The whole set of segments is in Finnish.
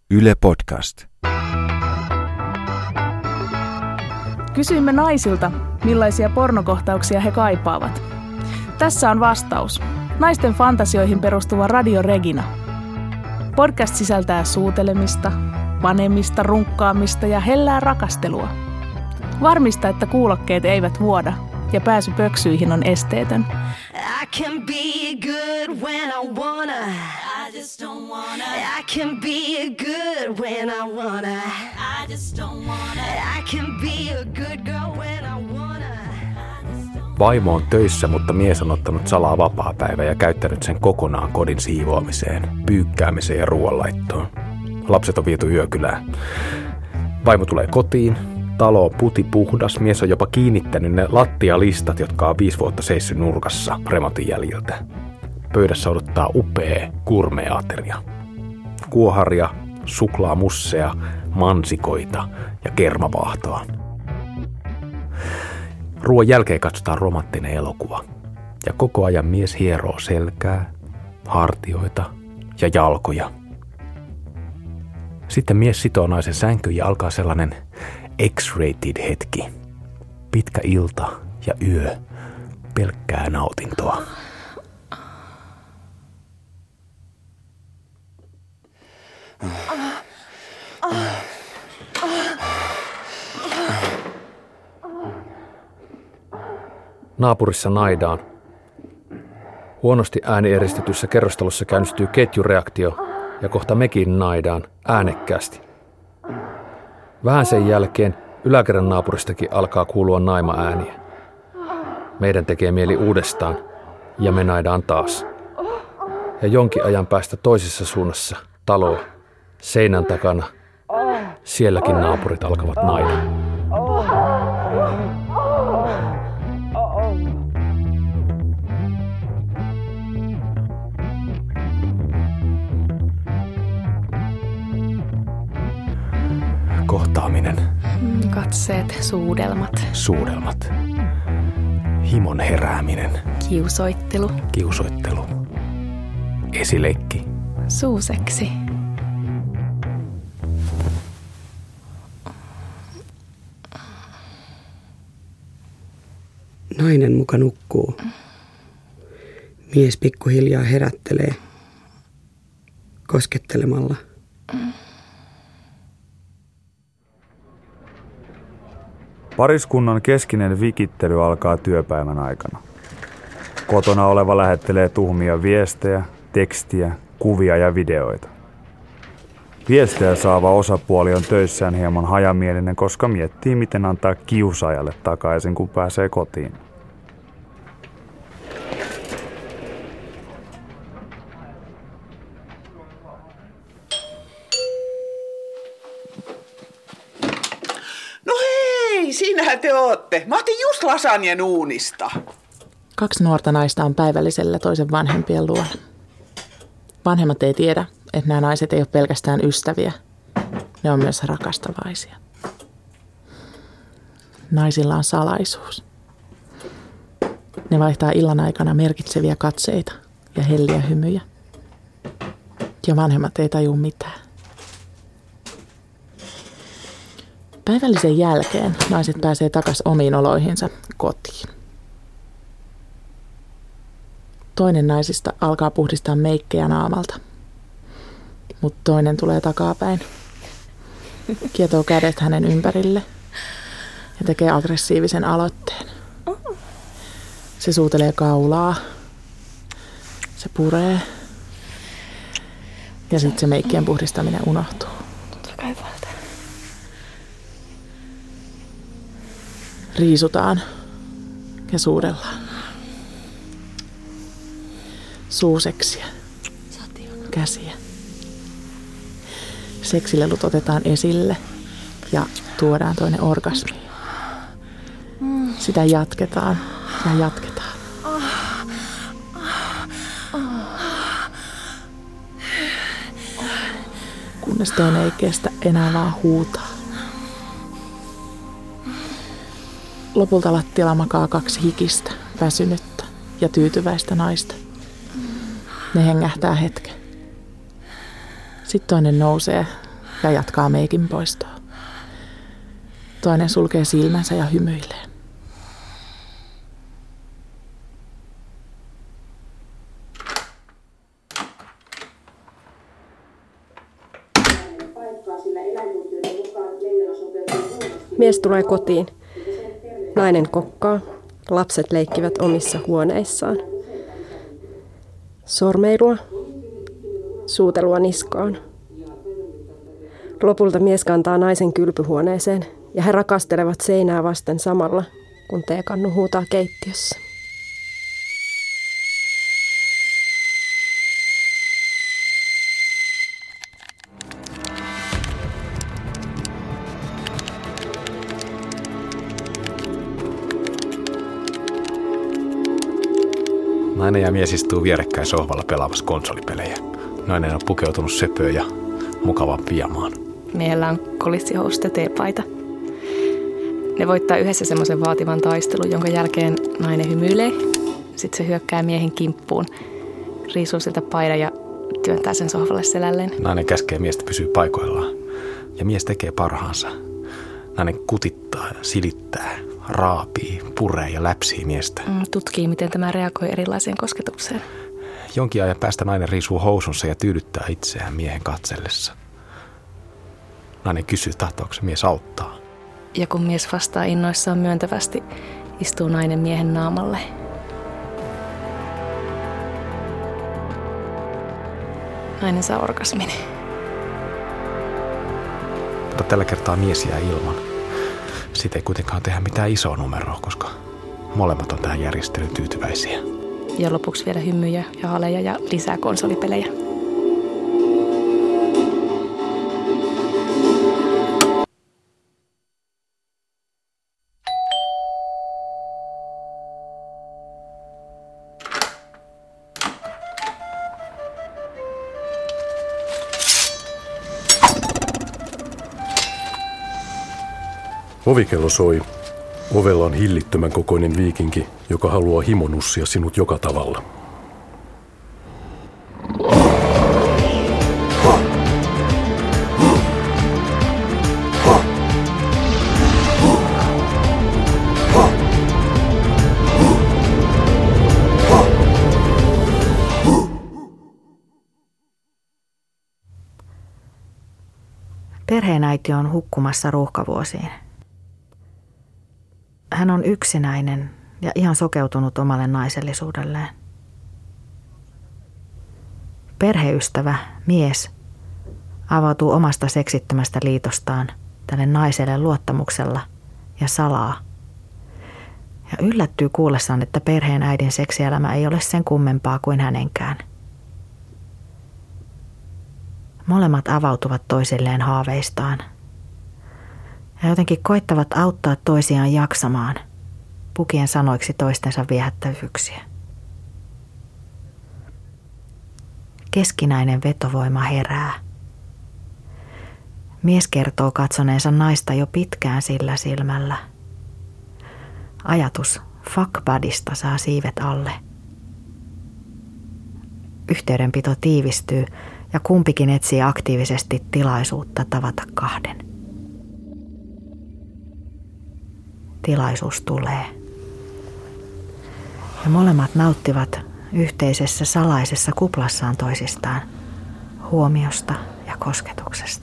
Yle Podcast. Kysyimme naisilta, millaisia pornokohtauksia he kaipaavat. Tässä on vastaus. Naisten fantasioihin perustuva Radio Regina. Podcast sisältää suutelemista, panemista, runkkaamista ja hellää rakastelua. Varmista, että kuulokkeet eivät vuoda ja pääsy pöksyihin on esteetön. I can be good when I wanna. I just don't wanna. I can be good when I wanna. I just don't wanna. I can be a good girl when I wanna. Vaimo on töissä, mutta mies on ottanut salaa vapaapäivä ja käyttänyt sen kokonaan kodin siivoamiseen, pyykkäämiseen ja ruoanlaittoon. Lapset on viety yökylään. Vaimo tulee kotiin. Talo on putipuhdas, mies on jopa kiinnittänyt ne lattialistat, jotka on 5 vuotta seissyt nurkassa remontin jäljiltä. Pöydässä odottaa upea gourmet-ateria. Kuoharia, suklaamusseja, mansikoita ja kermavaahtoa. Ruoan jälkeen katsotaan romanttinen elokuva. Ja koko ajan mies hieroo selkää, hartioita ja jalkoja. Sitten mies sitoo naisen sänkyyn ja alkaa sellainen X-rated hetki. Pitkä ilta ja yö. Pelkkää nautintoa. Naapurissa naidaan. Huonosti äänieristetyssä kerrostalossa käynnistyy ketjureaktio ja kohta mekin naidaan äänekkäästi. Vähän sen jälkeen yläkerran naapuristakin alkaa kuulua naima-ääniä. Meidän tekee mieli uudestaan ja me naidaan taas. Ja jonkin ajan päästä toisessa suunnassa taloa, seinän takana, sielläkin naapurit alkavat naida. Kohtaaminen. Katseet, suudelmat. Suudelmat. Himon herääminen. Kiusoittelu. Kiusoittelu. Esileikki. Suuseksi. Nainen muka nukkuu. Mies pikkuhiljaa herättelee koskettelemalla. Pariskunnan keskinen vikittely alkaa työpäivän aikana. Kotona oleva lähettelee tuhmia viestejä, tekstiä, kuvia ja videoita. Viestejä saava osapuoli on töissään hieman hajamielinen, koska miettii, miten antaa kiusaajalle takaisin, kun pääsee kotiin. No hei, siinähän te ootte. Mä otin just lasanjen uunista. 2 nuorta naista on päivällisellä toisen vanhempien luona. Vanhemmat ei tiedä, että nämä naiset ei ole pelkästään ystäviä. Ne on myös rakastavaisia. Naisilla on salaisuus. Ne vaihtaa illan aikana merkitseviä katseita ja helliä hymyjä. Ja vanhemmat ei tajua mitään. Päivällisen jälkeen naiset pääsee takaisin omiin oloihinsa kotiin. Toinen naisista alkaa puhdistaa meikkejä naamalta, mutta toinen tulee takapäin. Kietoo kädet hänen ympärille ja tekee aggressiivisen aloitteen. Se suutelee kaulaa, se puree ja sitten se meikkien puhdistaminen unohtuu. Riisutaan ja suudellaan. Suuseksiä. Käsiä. Seksilelut otetaan esille ja tuodaan toinen orgasmiin. Sitä jatketaan ja jatketaan. Kunnes toinen ei kestä enää vaan huutaa. Lopulta lattialla makaa 2 hikistä, väsynyttä ja tyytyväistä naista. Ne hengähtää hetken. Sitten toinen nousee ja jatkaa meikin poistoa. Toinen sulkee silmänsä ja hymyilee. Mies tulee kotiin. Nainen kokkaa. Lapset leikkivät omissa huoneissaan. Sormeilua. Suutelua niskaan. Lopulta mies kantaa naisen kylpyhuoneeseen ja he rakastelevat seinää vasten samalla, kun teekannu huutaa keittiössä. Nainen ja mies istuu vierekkäin sohvalla pelaamassa konsolipelejä. Nainen on pukeutunut söpöön ja mukavaan pijamaan. Miehellä on kolissihousut ja teepaita. Ne voittaa yhdessä semmoisen vaativan taistelun, jonka jälkeen nainen hymyilee. Sitten se hyökkää miehen kimppuun, riisuu siltä paidan ja työntää sen sohvalle selälleen. Nainen käskee miestä pysyä paikoillaan ja mies tekee parhaansa. Nainen kutittaa ja silittää, raapii, puree ja läpsii miestä. Tutkii, miten tämä reagoi erilaiseen kosketukseen. Jonkin ajan päästä nainen riisuu housunsa ja tyydyttää itseään miehen katsellessa. Nainen kysyy, tahtoako se mies auttaa. Ja kun mies vastaa innoissaan myöntävästi, istuu nainen miehen naamalle. Nainen saa orgasmin. Mutta tällä kertaa mies jää ilman. Siitä ei kuitenkaan tehdä mitään isoa numeroa, koska molemmat on tähän järjestelyyn tyytyväisiä. Ja lopuksi vielä hymyjä ja haleja ja lisää konsolipelejä. Ovikello soi. Ovella on hillittömän kokoinen viikinki, joka haluaa himonussia sinut joka tavalla. Perheenäiti on hukkumassa ruuhkavuosiin. Hän on yksinäinen ja ihan sokeutunut omalle naisellisuudelleen. Perheystävä, mies, avautuu omasta seksittömästä liitostaan tälle naiselle luottamuksella ja salaa. Ja yllättyy kuullessaan, että perheen äidin seksielämä ei ole sen kummempaa kuin hänenkään. Molemmat avautuvat toisilleen haaveistaan. Ja jotenkin koittavat auttaa toisiaan jaksamaan, pukien sanoiksi toistensa viehättävyyksiä. Keskinäinen vetovoima herää. Mies kertoo katsoneensa naista jo pitkään sillä silmällä. Ajatus fuck buddysta saa siivet alle. Yhteydenpito tiivistyy ja kumpikin etsii aktiivisesti tilaisuutta tavata kahden. Tilaisuus tulee. Ja molemmat nauttivat yhteisessä salaisessa kuplassaan toisistaan, huomiosta ja kosketuksesta.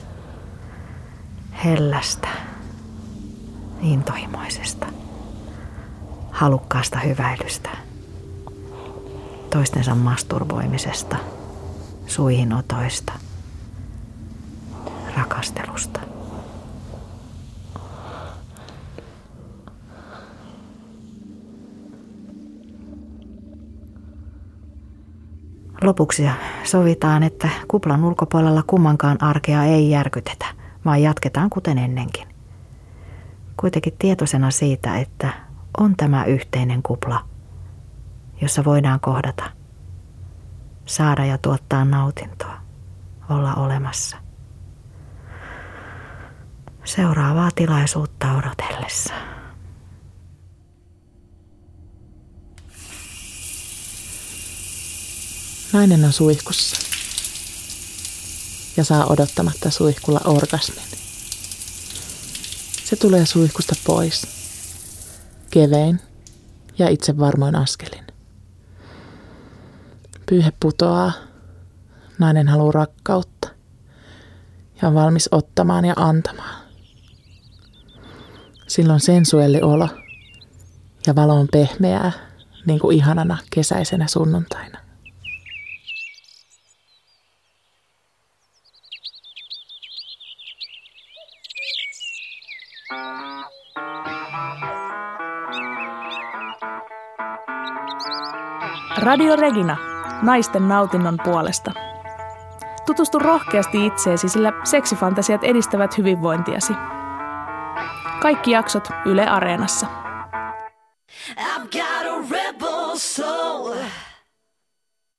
Hellästä, intohimoisesta, halukkaasta hyväilystä, toistensa masturboimisesta, suihinotoista, rakastelusta. Lopuksi sovitaan, että kuplan ulkopuolella kummankaan arkea ei järkytetä, vaan jatketaan kuten ennenkin. Kuitenkin tietoisena siitä, että on tämä yhteinen kupla, jossa voidaan kohdata, saada ja tuottaa nautintoa, olla olemassa. Seuraavaa tilaisuutta odotellessa. Nainen on suihkussa. ja saa odottamatta suihkulla orgasmin. Se tulee suihkusta pois. Kevein ja itse varmoin askelin. Pyyhe putoaa. Nainen haluaa rakkautta ja on valmis ottamaan ja antamaan. Silloin sensuelli olo ja valo on pehmeää, niin kuin ihanana kesäisenä sunnuntaina. Radio Regina, naisten nautinnon puolesta. Tutustu rohkeasti itseesi, sillä seksifantasiat edistävät hyvinvointiasi. Kaikki jaksot Yle Areenassa.